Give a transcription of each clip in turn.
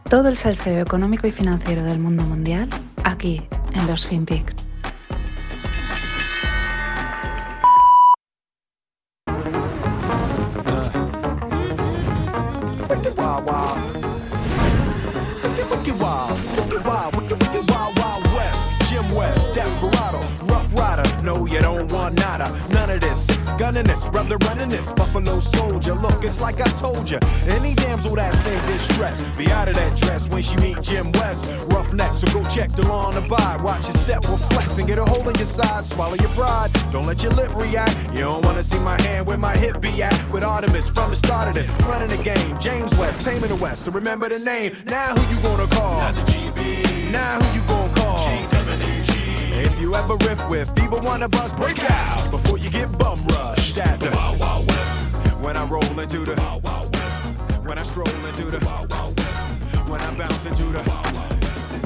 Todo el salseo económico y financiero del mundo mundial, aquí, en los FinPix. Gunning this, brother running this, Buffalo Soldier. Look, it's like I told ya. Any damsel that same distress, be out of that dress when she meet Jim West. Roughneck, so go check the law and abide. Watch your step, reflex, and get a hole in your side. Swallow your pride, don't let your lip react. You don't wanna see my hand where my hip be at. With Artemis from the start of this, running the game. James West, taming the West, so remember the name. Now who you gonna call? Not the GB. Now who you gonna call? If you ever riff with either one of us, break out before you get bum rushed at the Wild Wild West. When I roll into the Wild Wild West. When I stroll into the Wild Wild West. When I bounce into the Wild Wild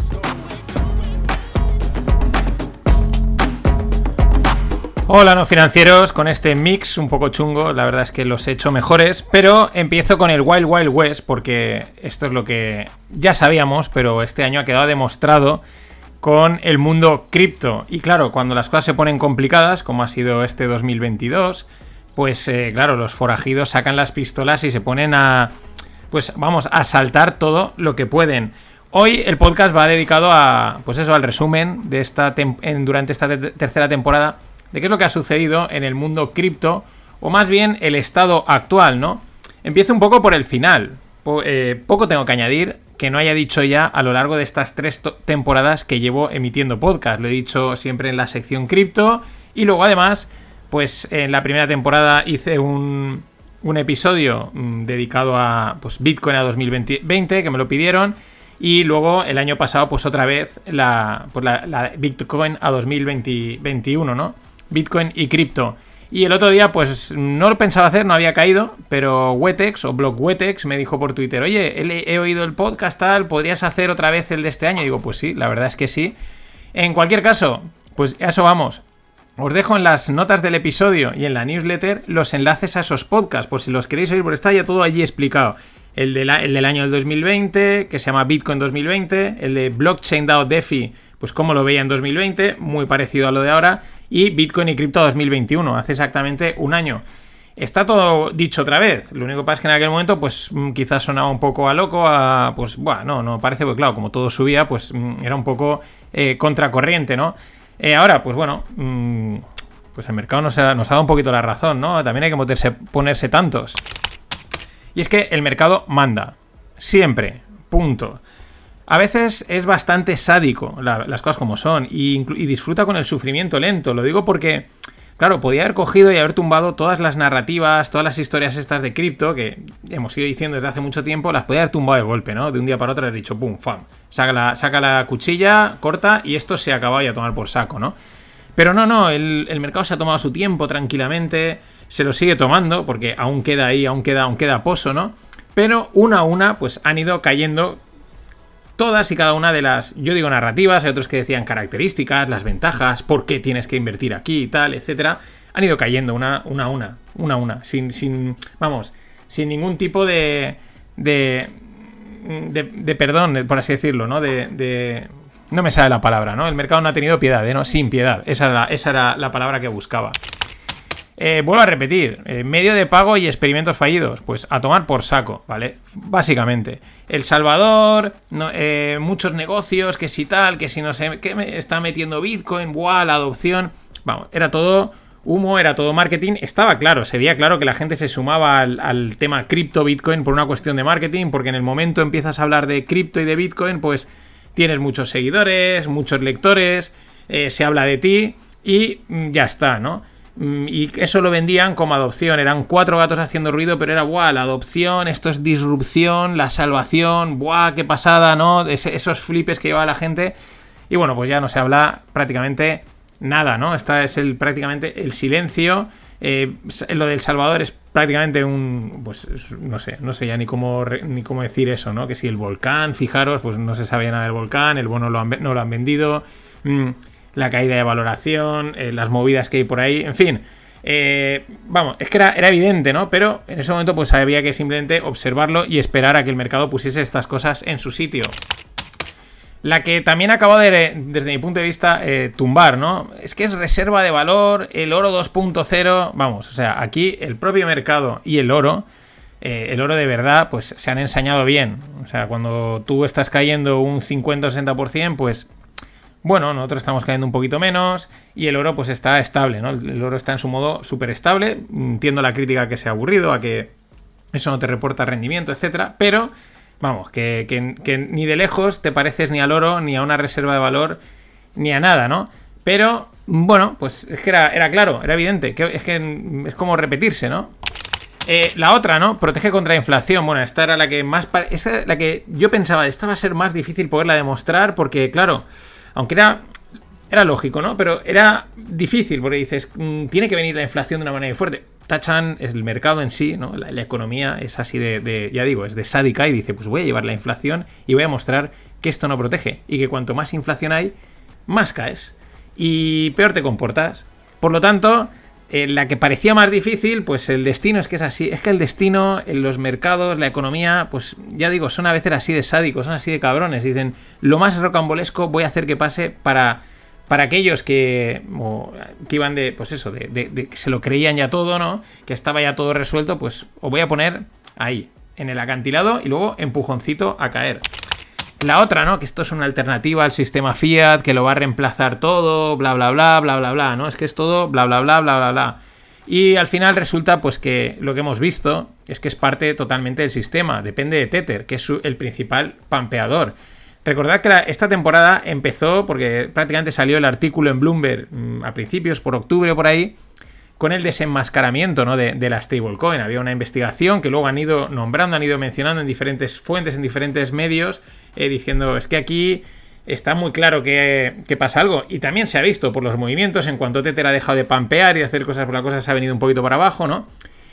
West. Hola no financieros, con este mix un poco chungo, la verdad es que los he hecho mejores, pero empiezo con el Wild Wild West porque esto es lo que ya sabíamos, pero este año ha quedado demostrado con el mundo cripto. Y claro, cuando las cosas se ponen complicadas, como ha sido este 2022, pues claro, los forajidos sacan las pistolas y se ponen a, pues vamos, a saltar todo lo que pueden. Hoy el podcast va dedicado a, pues eso, al resumen de durante esta tercera temporada de qué es lo que ha sucedido en el mundo cripto, o más bien el estado actual, ¿no? Empiezo un poco por el final. Poco tengo que añadir que no haya dicho ya a lo largo de estas 3 temporadas que llevo emitiendo podcast. Lo he dicho siempre en la sección cripto y luego además, pues en la primera temporada hice un episodio dedicado a pues, Bitcoin a 2020, que me lo pidieron, y luego el año pasado pues otra vez la Bitcoin a 2021, ¿no? Bitcoin y cripto. Y el otro día, pues no lo pensaba hacer, no había caído, pero Wetex o Blog Wetex me dijo por Twitter: oye, he oído el podcast tal, ¿podrías hacer otra vez el de este año? Y digo, pues sí, la verdad es que sí. En cualquier caso, pues a eso vamos. Os dejo en las notas del episodio y en la newsletter los enlaces a esos podcasts, por si los queréis oír, porque está ya todo allí explicado. El del año del 2020, que se llama Bitcoin 2020, el de Blockchain DAO DeFi, pues cómo lo veía en 2020, muy parecido a lo de ahora, y Bitcoin y cripto 2021, hace exactamente un año. Está todo dicho otra vez, lo único que pasa es que en aquel momento pues quizás sonaba un poco a loco, pues bueno, no parece, porque claro, como todo subía, pues era un poco contracorriente, ¿no? Ahora, pues bueno, pues el mercado nos ha dado un poquito la razón, ¿no? También hay que ponerse tantos. Y es que el mercado manda, siempre, punto. A veces es bastante sádico, las cosas como son, y disfruta con el sufrimiento lento. Lo digo porque, claro, podía haber cogido y haber tumbado todas las narrativas, todas las historias estas de cripto, que hemos ido diciendo desde hace mucho tiempo, las podía haber tumbado de golpe, ¿no? De un día para otro haber dicho, pum, fam, saca la cuchilla, corta, y esto se ha acabado y a tomar por saco, ¿no? Pero no, el mercado se ha tomado su tiempo tranquilamente, se lo sigue tomando, porque aún queda ahí, aún queda pozo, ¿no? Pero una a una, pues han ido cayendo todas y cada una de las, yo digo narrativas, hay otros que decían características, las ventajas, por qué tienes que invertir aquí y tal, etcétera. Han ido cayendo una a una, sin ningún tipo de perdón, por así decirlo, ¿no? No me sale la palabra, ¿no? El mercado no ha tenido piedad, ¿no? Sin piedad, esa era la palabra que buscaba. Vuelvo a repetir, medio de pago y experimentos fallidos, pues a tomar por saco, ¿vale? Básicamente, El Salvador, muchos negocios, que si tal, que si no sé, que me está metiendo Bitcoin, ¡buah! La adopción, vamos, era todo humo, era todo marketing, estaba claro, se veía claro que la gente se sumaba al tema cripto Bitcoin por una cuestión de marketing, porque en el momento empiezas a hablar de cripto y de Bitcoin, pues tienes muchos seguidores, muchos lectores, se habla de ti y ya está, ¿no? Y eso lo vendían como adopción, eran 4 gatos haciendo ruido, pero era ¡buah! La adopción, esto es disrupción, la salvación, ¡buah! ¡Qué pasada!, ¿no? Esos flipes que llevaba la gente. Y bueno, pues ya no se habla prácticamente nada, ¿no? Esta es prácticamente el silencio. Lo del Salvador es prácticamente pues no sé ya ni cómo decir eso, ¿no? Que si el volcán, fijaros, pues no se sabía nada del volcán, el bono no lo han vendido. La caída de valoración, las movidas que hay por ahí, en fin, Vamos, es que era evidente, ¿no? Pero en ese momento pues había que simplemente observarlo y esperar a que el mercado pusiese estas cosas en su sitio. La que también acabó de, desde mi punto de vista, tumbar, ¿no? Es que es reserva de valor, el oro 2.0, vamos, o sea, aquí el propio mercado y el oro de verdad, pues se han ensañado bien. O sea, cuando tú estás cayendo un 50 o 60%, pues bueno, nosotros estamos cayendo un poquito menos y el oro pues está estable, ¿no? El oro está en su modo súper estable. Entiendo la crítica que sea aburrido, a que eso no te reporta rendimiento, etcétera, pero vamos, que ni de lejos te pareces ni al oro, ni a una reserva de valor, ni a nada, ¿no? Pero, bueno, pues es que era claro, era evidente, que es como repetirse, ¿no? La otra, ¿no? Protege contra la inflación. Bueno, esta era la que más... Esa, la que yo pensaba, esta va a ser más difícil poderla demostrar porque, claro, aunque era lógico, ¿no? Pero era difícil porque dices, tiene que venir la inflación de una manera muy fuerte. Tachan, es el mercado en sí, ¿no? La economía es así ya digo, es de sádica y dice, pues voy a llevar la inflación y voy a mostrar que esto no protege y que cuanto más inflación hay, más caes y peor te comportas. Por lo tanto, la que parecía más difícil, pues el destino es que es así. Es que el destino, en los mercados, la economía, pues ya digo, son a veces así de sádicos, son así de cabrones. Dicen, lo más rocambolesco voy a hacer que pase para aquellos que iban de, pues eso, de que se lo creían ya todo, ¿no? Que estaba ya todo resuelto, pues os voy a poner ahí, en el acantilado y luego empujoncito a caer. La otra, ¿no? Que esto es una alternativa al sistema fiat, que lo va a reemplazar todo, bla, bla, bla, bla, bla, bla, ¿no? Es que es todo bla, bla, bla, bla, bla, bla. Y al final resulta, pues, que lo que hemos visto es que es parte totalmente del sistema. Depende de Tether, que es el principal pampeador. Recordad que esta temporada empezó, porque prácticamente salió el artículo en Bloomberg a principios, por octubre o por ahí, con el desenmascaramiento, ¿no? de la stablecoin. Había una investigación que luego han ido nombrando, han ido mencionando en diferentes fuentes, en diferentes medios, diciendo, es que aquí está muy claro que pasa algo. Y también se ha visto por los movimientos, en cuanto Tether ha dejado de pampear y de hacer cosas por la cosa, se ha venido un poquito para abajo, ¿no?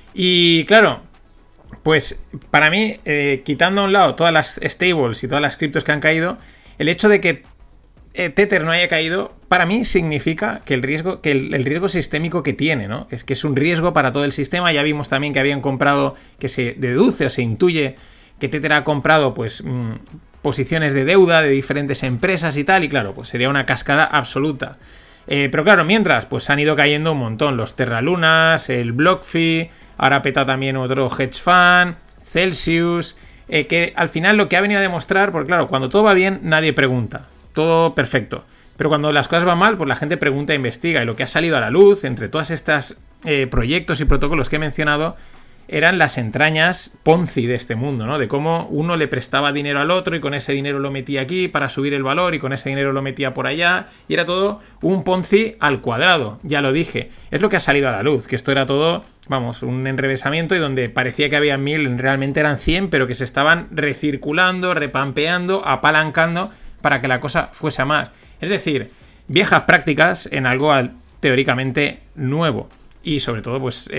Y claro, pues para mí, quitando a un lado todas las stables y todas las criptos que han caído, el hecho de que Tether no haya caído, para mí significa que el riesgo sistémico que tiene, ¿no? Es que es un riesgo para todo el sistema. Ya vimos también que habían comprado, que se deduce o se intuye que Tether ha comprado, pues, posiciones de deuda de diferentes empresas y tal, y claro, pues sería una cascada absoluta. Pero claro, mientras, pues han ido cayendo un montón. Los Terra Lunas, el BlockFi, ahora peta también otro hedge fund, Celsius, que al final lo que ha venido a demostrar, porque claro, cuando todo va bien, nadie pregunta. Todo perfecto. Pero cuando las cosas van mal, pues la gente pregunta e investiga. Y lo que ha salido a la luz, entre todas estas proyectos y protocolos que he mencionado, eran las entrañas Ponzi de este mundo, ¿no? De cómo uno le prestaba dinero al otro y con ese dinero lo metía aquí para subir el valor y con ese dinero lo metía por allá. Y era todo un Ponzi al cuadrado, ya lo dije. Es lo que ha salido a la luz, que esto era todo, vamos, un enrevesamiento y donde parecía que había 1000, realmente eran 100, pero que se estaban recirculando, repampeando, apalancando para que la cosa fuese a más. Es decir, viejas prácticas en algo teóricamente nuevo y sobre todo pues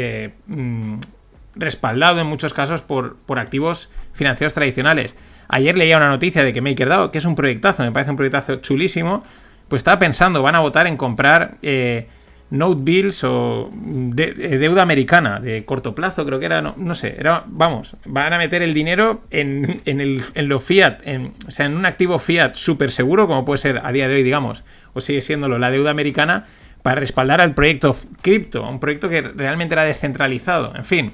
respaldado en muchos casos por activos financieros tradicionales. Ayer leía una noticia de que MakerDAO, que es un proyectazo, me parece un proyectazo chulísimo, pues estaba pensando, van a votar en comprar note bills o deuda americana de corto plazo, creo que era, no sé, era, vamos, van a meter el dinero en lo fiat, o sea, en un activo fiat súper seguro, como puede ser a día de hoy, digamos, o sigue siéndolo la deuda americana, para respaldar al proyecto cripto, un proyecto que realmente era descentralizado, en fin.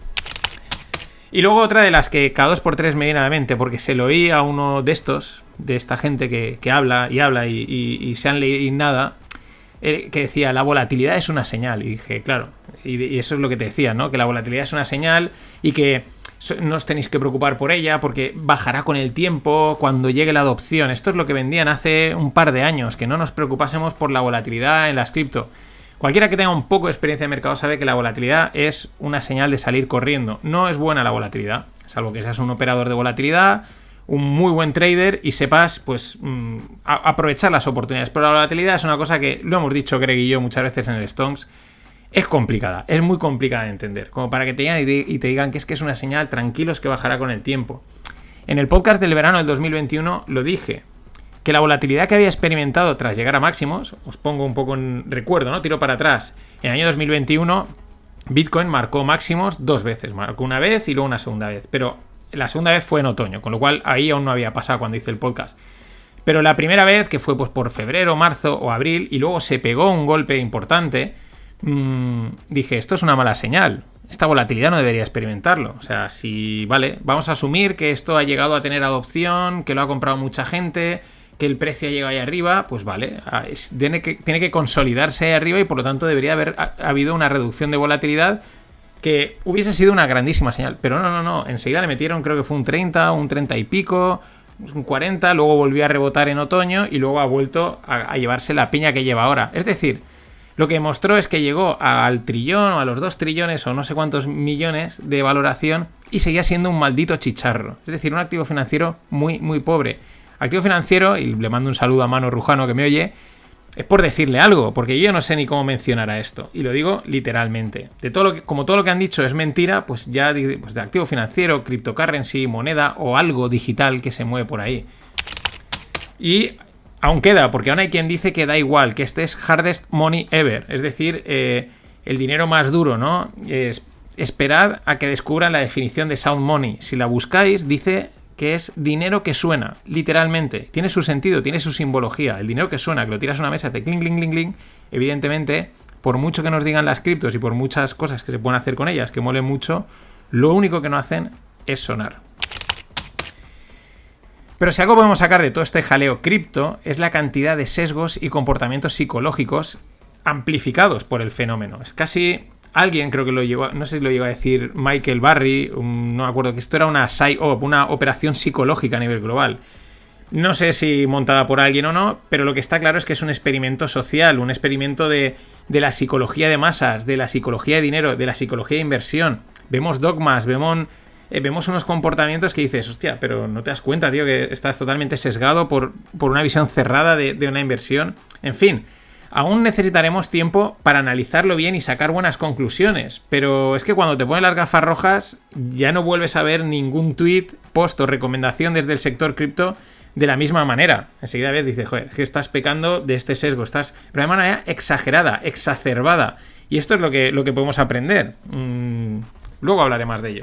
Y luego otra de las que cada 2x3 me viene a la mente, porque se lo oí a uno de estos, de esta gente que habla y se han leído nada, que decía, la volatilidad es una señal. Y dije, claro, y eso es lo que te decía, ¿no? Que la volatilidad es una señal y que no os tenéis que preocupar por ella porque bajará con el tiempo cuando llegue la adopción. Esto es lo que vendían hace un par de años, que no nos preocupásemos por la volatilidad en las cripto. Cualquiera que tenga un poco de experiencia de mercado sabe que la volatilidad es una señal de salir corriendo. No es buena la volatilidad, salvo que seas un operador de volatilidad, un muy buen trader y sepas pues aprovechar las oportunidades. Pero la volatilidad es una cosa que, lo hemos dicho Greg y yo muchas veces en el Stonks, es complicada, es muy complicada de entender. Como para que te digan y te digan que es una señal, tranquilos que bajará con el tiempo. En el podcast del verano del 2021 lo dije, que la volatilidad que había experimentado tras llegar a máximos, os pongo un poco en recuerdo, ¿no? Tiro para atrás. En el año 2021, Bitcoin marcó máximos 2 veces. Marcó una vez y luego una segunda vez. Pero la segunda vez fue en otoño, con lo cual ahí aún no había pasado cuando hice el podcast. Pero la primera vez, que fue pues por febrero, marzo o abril, y luego se pegó un golpe importante, dije, esto es una mala señal. Esta volatilidad no debería experimentarlo. O sea, si, vale, vamos a asumir que esto ha llegado a tener adopción, que lo ha comprado mucha gente, que el precio ha llegado ahí arriba, pues vale, tiene que consolidarse ahí arriba y por lo tanto debería haber habido una reducción de volatilidad que hubiese sido una grandísima señal. Pero no, enseguida le metieron, creo que fue un 30, un 30 y pico, un 40, luego volvió a rebotar en otoño y luego ha vuelto a llevarse la piña que lleva ahora. Es decir, lo que mostró es que llegó al trillón o a los 2 trillones o no sé cuántos millones de valoración y seguía siendo un maldito chicharro. Es decir, un activo financiero muy, muy pobre. Activo financiero, y le mando un saludo a Mano Rujano que me oye, es por decirle algo, porque yo no sé ni cómo mencionar a esto. Y lo digo literalmente. Como todo lo que han dicho es mentira, pues ya pues de activo financiero, cryptocurrency, moneda o algo digital que se mueve por ahí. Y aún queda, porque aún hay quien dice que da igual, que este es hardest money ever. Es decir, el dinero más duro, ¿no? Esperad a que descubran la definición de sound money. Si la buscáis, dice que es dinero que suena, literalmente. Tiene su sentido, tiene su simbología. El dinero que suena, que lo tiras a una mesa, hace cling, cling, cling, cling. Evidentemente, por mucho que nos digan las criptos y por muchas cosas que se pueden hacer con ellas, que molen mucho, lo único que no hacen es sonar. Pero si algo podemos sacar de todo este jaleo cripto es la cantidad de sesgos y comportamientos psicológicos amplificados por el fenómeno. Es casi... Alguien creo que lo llegó, no sé si lo llegó a decir Michael Burry, no me acuerdo, que esto era una PSYOP, una operación psicológica a nivel global. No sé si montada por alguien o no, pero lo que está claro es que es un experimento social, un experimento de la psicología de masas, de la psicología de dinero, de la psicología de inversión. Vemos dogmas, vemos unos comportamientos que dices, hostia, pero no te das cuenta, tío, que estás totalmente sesgado por una visión cerrada de una inversión. En fin, aún necesitaremos tiempo para analizarlo bien y sacar buenas conclusiones, pero es que cuando te pones las gafas rojas ya no vuelves a ver ningún tweet, post o recomendación desde el sector cripto de la misma manera. Enseguida ves, dices, joder, que estás pecando de este sesgo, pero de manera exagerada, exacerbada, y esto es lo que podemos aprender. Luego hablaré más de ello.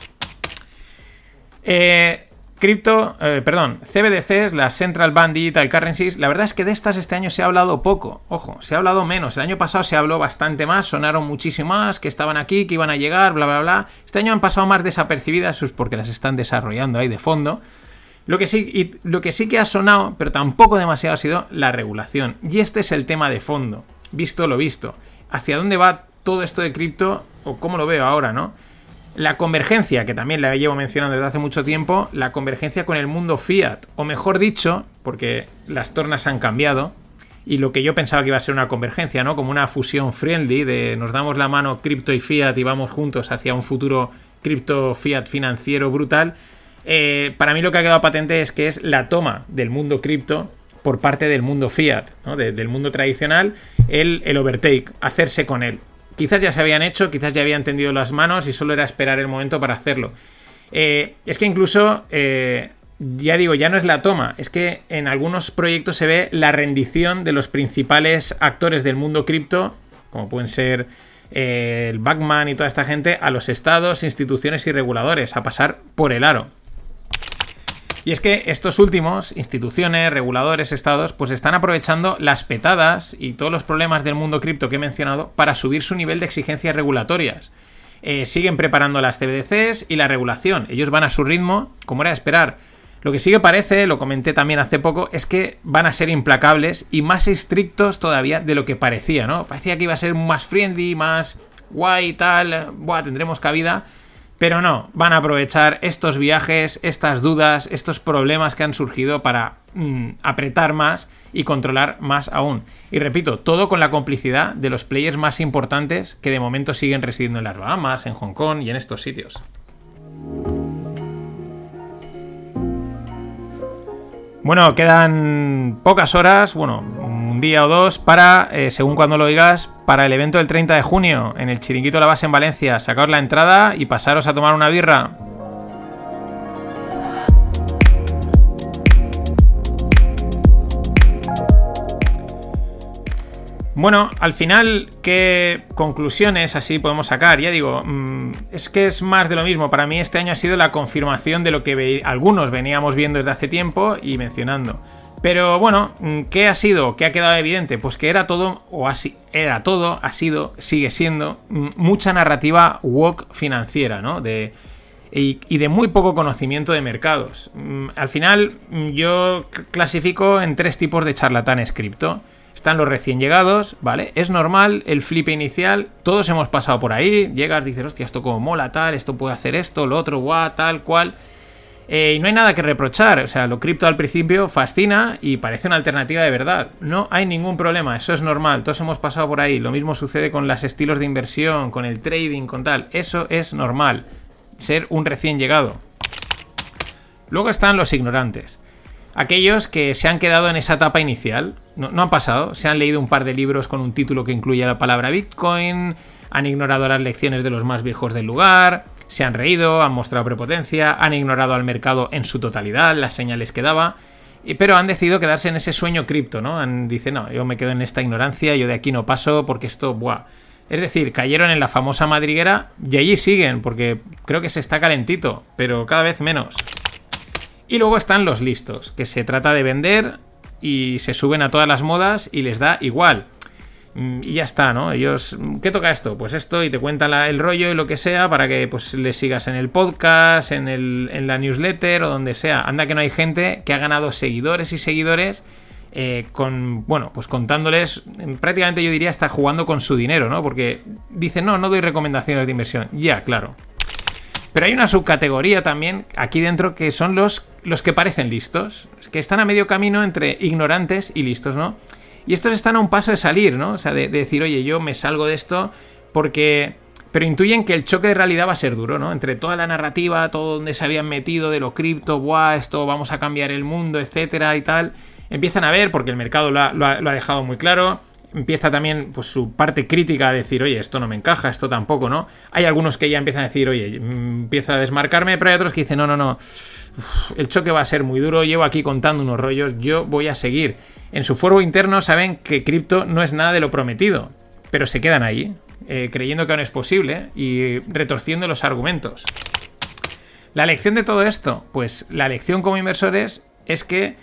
CBDCs, las Central Bank Digital Currencies, la verdad es que de estas este año se ha hablado poco, ojo, se ha hablado menos. El año pasado se habló bastante más, sonaron muchísimo más, que estaban aquí, que iban a llegar, bla, bla, bla. Este año han pasado más desapercibidas, porque las están desarrollando ahí de fondo. Lo que sí que ha sonado, pero tampoco demasiado, ha sido la regulación. Y este es el tema de fondo, visto lo visto. ¿Hacia dónde va todo esto de cripto? O cómo lo veo ahora, ¿no? La convergencia, que también la llevo mencionando desde hace mucho tiempo, la convergencia con el mundo fiat, o mejor dicho, porque las tornas han cambiado, y lo que yo pensaba que iba a ser una convergencia, ¿no? Como una fusión friendly, de nos damos la mano cripto y fiat y vamos juntos hacia un futuro cripto fiat financiero brutal. Para mí lo que ha quedado patente es que es la toma del mundo cripto por parte del mundo fiat, ¿no? Del mundo tradicional, el overtake, hacerse con él. Quizás ya se habían hecho, quizás ya habían tendido las manos y solo era esperar el momento para hacerlo. Es que incluso, ya digo, ya no es la toma, es que en algunos proyectos se ve la rendición de los principales actores del mundo cripto, como pueden ser el Backman y toda esta gente, a los estados, instituciones y reguladores, a pasar por el aro. Y es que estos últimos, instituciones, reguladores, estados, pues están aprovechando las petadas y todos los problemas del mundo cripto que he mencionado para subir su nivel de exigencias regulatorias. Siguen preparando las CBDCs y la regulación. Ellos van a su ritmo, como era de esperar. Lo que sí que parece, lo comenté también hace poco, es que van a ser implacables y más estrictos todavía de lo que parecía, ¿no? Parecía que iba a ser más friendly, más guay y tal, tendremos cabida. Pero no, van a aprovechar estos viajes, estas dudas, estos problemas que han surgido para apretar más y controlar más aún. Y repito, todo con la complicidad de los players más importantes que de momento siguen residiendo en las Bahamas, en Hong Kong y en estos sitios. Bueno, quedan pocas horas, un día o dos para, según cuando lo oigas, para el evento del 30 de junio en el Chiringuito La Base en Valencia. Sacaos la entrada y pasaros a tomar una birra. Bueno, al final, ¿qué conclusiones así podemos sacar? Ya digo, es que es más de lo mismo. Para mí este año ha sido la confirmación de lo que algunos veníamos viendo desde hace tiempo y mencionando. Pero bueno, ¿qué ha sido? ¿Qué ha quedado evidente? Pues que era todo, ha sido, sigue siendo mucha narrativa woke financiera, ¿no? Y de muy poco conocimiento de mercados. Al final, yo clasifico en 3 tipos de charlatanes cripto. Están los recién llegados, ¿vale? Es normal el flip inicial, todos hemos pasado por ahí, llegas, dices, hostia, esto como mola, tal, esto puede hacer esto, lo otro, guau, tal, cual. Y no hay nada que reprochar, o sea, lo cripto al principio fascina y parece una alternativa de verdad. No hay ningún problema, eso es normal, todos hemos pasado por ahí. Lo mismo sucede con los estilos de inversión, con el trading, con tal. Eso es normal, ser un recién llegado. Luego están los ignorantes. Aquellos que se han quedado en esa etapa inicial, no han pasado, se han leído un par de libros con un título que incluye la palabra Bitcoin, han ignorado las lecciones de los más viejos del lugar, se han reído, han mostrado prepotencia, han ignorado al mercado en su totalidad, las señales que daba, pero han decidido quedarse en ese sueño cripto, ¿no? Dicen, no, yo me quedo en esta ignorancia, yo de aquí no paso porque esto, ¡buah! Es decir, cayeron en la famosa madriguera y allí siguen, porque creo que se está calentito, pero cada vez menos. Y luego están los listos, que se trata de vender y se suben a todas las modas y les da igual. Y ya está, ¿no? Ellos, ¿qué toca esto? Pues esto, y te cuentan el rollo y lo que sea para que pues les sigas en el podcast, en la newsletter o donde sea. Anda que no hay gente que ha ganado seguidores y seguidores pues contándoles, prácticamente yo diría hasta jugando con su dinero, ¿no? Porque dicen, no doy recomendaciones de inversión. Ya, claro. Pero hay una subcategoría también aquí dentro que son los que parecen listos, que están a medio camino entre ignorantes y listos, ¿no? Y estos están a un paso de salir, ¿no? O sea, de decir, oye, yo me salgo de esto pero intuyen que el choque de realidad va a ser duro, ¿no? Entre toda la narrativa, todo donde se habían metido de lo cripto, ¡buah! Esto vamos a cambiar el mundo, etcétera y tal. Empiezan a ver, porque el mercado lo ha dejado muy claro. Empieza también pues su parte crítica a decir, oye, esto no me encaja, esto tampoco, ¿no? Hay algunos que ya empiezan a decir, oye, empiezo a desmarcarme, pero hay otros que dicen, no, el choque va a ser muy duro, llevo aquí contando unos rollos, yo voy a seguir. En su foro interno saben que cripto no es nada de lo prometido, pero se quedan ahí, creyendo que aún es posible y retorciendo los argumentos. La lección de todo esto, pues la lección como inversores es que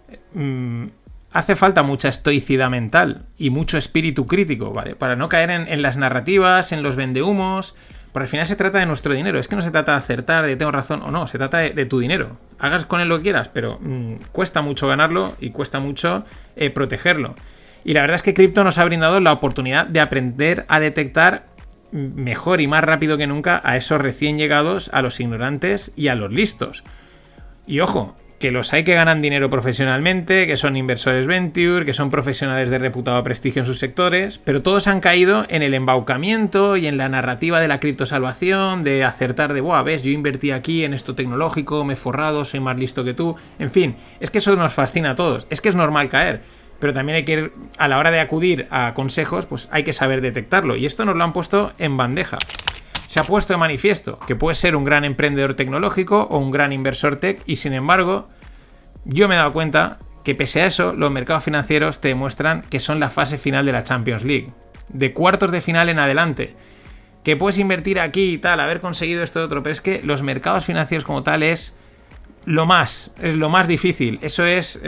hace falta mucha estoicidad mental y mucho espíritu crítico, ¿vale? Para no caer en las narrativas, en los vendehumos. Porque al final se trata de nuestro dinero. Es que no se trata de acertar, de tengo razón o no. Se trata de tu dinero. Hagas con él lo que quieras, pero cuesta mucho ganarlo y cuesta mucho protegerlo. Y la verdad es que cripto nos ha brindado la oportunidad de aprender a detectar mejor y más rápido que nunca a esos recién llegados, a los ignorantes y a los listos. Y ojo, que los hay que ganan dinero profesionalmente, que son inversores venture, que son profesionales de reputado prestigio en sus sectores, pero todos han caído en el embaucamiento y en la narrativa de la criptosalvación, de acertar de, buah, ves, yo invertí aquí en esto tecnológico, me he forrado, soy más listo que tú. En fin, es que eso nos fascina a todos, es que es normal caer, pero también hay que ir, a la hora de acudir a consejos, pues hay que saber detectarlo, y esto nos lo han puesto en bandeja. Se ha puesto de manifiesto que puedes ser un gran emprendedor tecnológico o un gran inversor tech y sin embargo yo me he dado cuenta que pese a eso los mercados financieros te demuestran que son la fase final de la Champions League, de cuartos de final en adelante, que puedes invertir aquí y tal, haber conseguido esto y otro, pero es que los mercados financieros como tal es lo más difícil. Eso es,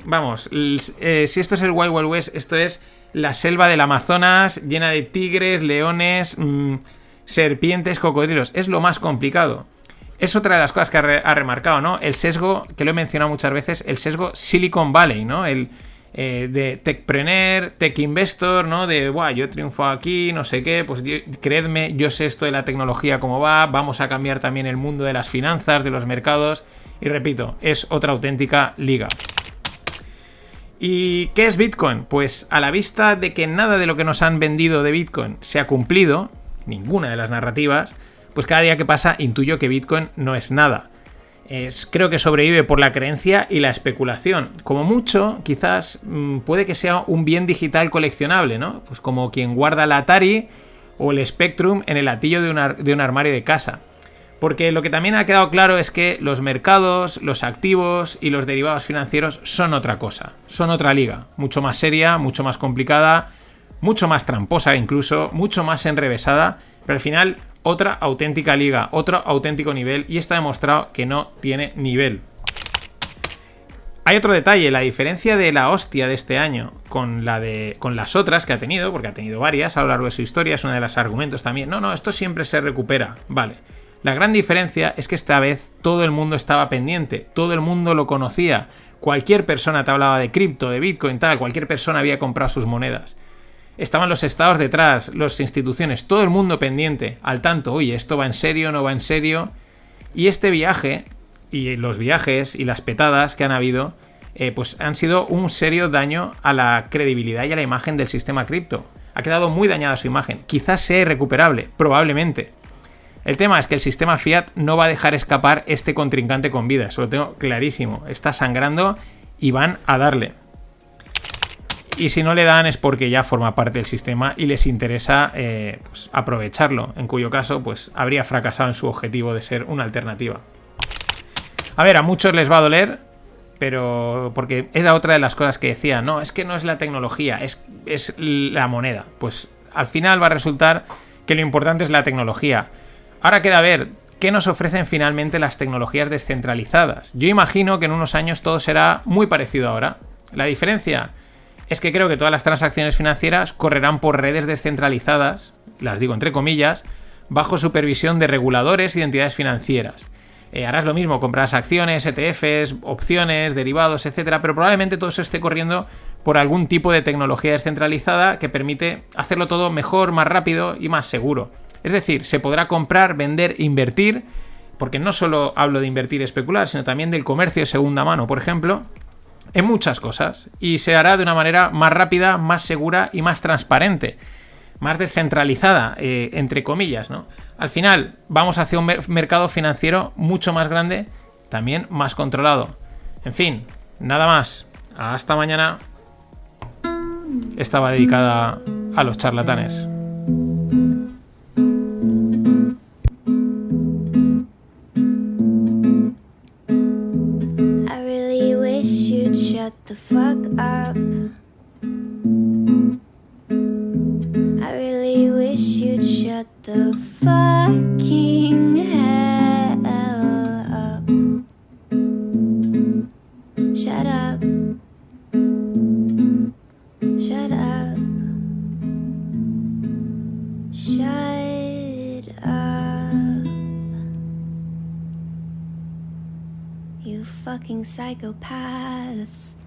si esto es el Wild Wild West, esto es la selva del Amazonas llena de tigres, leones, serpientes, cocodrilos. Es lo más complicado. Es otra de las cosas que ha remarcado, ¿no? El sesgo, que lo he mencionado muchas veces, el sesgo Silicon Valley, ¿no? El de techpreneur, tech investor, ¿no? De, buah, yo triunfo aquí, no sé qué, pues creedme, yo sé esto de la tecnología cómo va, vamos a cambiar también el mundo de las finanzas, de los mercados, y repito, es otra auténtica liga. ¿Y qué es Bitcoin? Pues a la vista de que nada de lo que nos han vendido de Bitcoin se ha cumplido, ninguna de las narrativas, pues cada día que pasa intuyo que Bitcoin no es nada. Creo que sobrevive por la creencia y la especulación. Como mucho, quizás puede que sea un bien digital coleccionable, ¿no? Pues como quien guarda la Atari o el Spectrum en el latillo de un armario de casa. Porque lo que también ha quedado claro es que los mercados, los activos y los derivados financieros son otra cosa, son otra liga, mucho más seria, mucho más complicada, mucho más tramposa incluso, mucho más enrevesada, pero al final otra auténtica liga, otro auténtico nivel, y esto ha demostrado que no tiene nivel. Hay otro detalle, la diferencia de la hostia de este año con las otras que ha tenido, porque ha tenido varias a lo largo de su historia, es uno de los argumentos también. No, esto siempre se recupera. Vale. La gran diferencia es que esta vez todo el mundo estaba pendiente, todo el mundo lo conocía. Cualquier persona te hablaba de cripto, de Bitcoin, tal, cualquier persona había comprado sus monedas. Estaban los estados detrás, las instituciones, todo el mundo pendiente, al tanto, oye, ¿esto va en serio, no va en serio? Y este viaje, y los viajes y las petadas que han habido, pues han sido un serio daño a la credibilidad y a la imagen del sistema cripto. Ha quedado muy dañada su imagen. Quizás sea irrecuperable, probablemente. El tema es que el sistema fiat no va a dejar escapar este contrincante con vida, eso lo tengo clarísimo. Está sangrando y van a darle. Y si no le dan es porque ya forma parte del sistema y les interesa pues aprovecharlo, en cuyo caso pues habría fracasado en su objetivo de ser una alternativa. A ver, a muchos les va a doler, pero porque era otra de las cosas que decía, no, es que no es la tecnología, es la moneda. Pues al final va a resultar que lo importante es la tecnología. Ahora queda ver qué nos ofrecen finalmente las tecnologías descentralizadas. Yo imagino que en unos años todo será muy parecido ahora. La diferencia es que creo que todas las transacciones financieras correrán por redes descentralizadas, las digo entre comillas, bajo supervisión de reguladores y entidades financieras. Harás lo mismo, comprarás acciones, ETFs, opciones, derivados, etcétera, pero probablemente todo eso esté corriendo por algún tipo de tecnología descentralizada que permite hacerlo todo mejor, más rápido y más seguro. Es decir, se podrá comprar, vender, invertir, porque no solo hablo de invertir y especular, sino también del comercio de segunda mano, por ejemplo, en muchas cosas. Y se hará de una manera más rápida, más segura y más transparente, más descentralizada, entre comillas, ¿no? Al final, vamos hacia un mercado financiero mucho más grande, también más controlado. En fin, nada más. Hasta mañana. Estaba dedicada a los charlatanes. Shut the fuck up. I really wish you'd shut the fucking hell up. Shut up. Shut up. Shut up. You fucking psychopaths.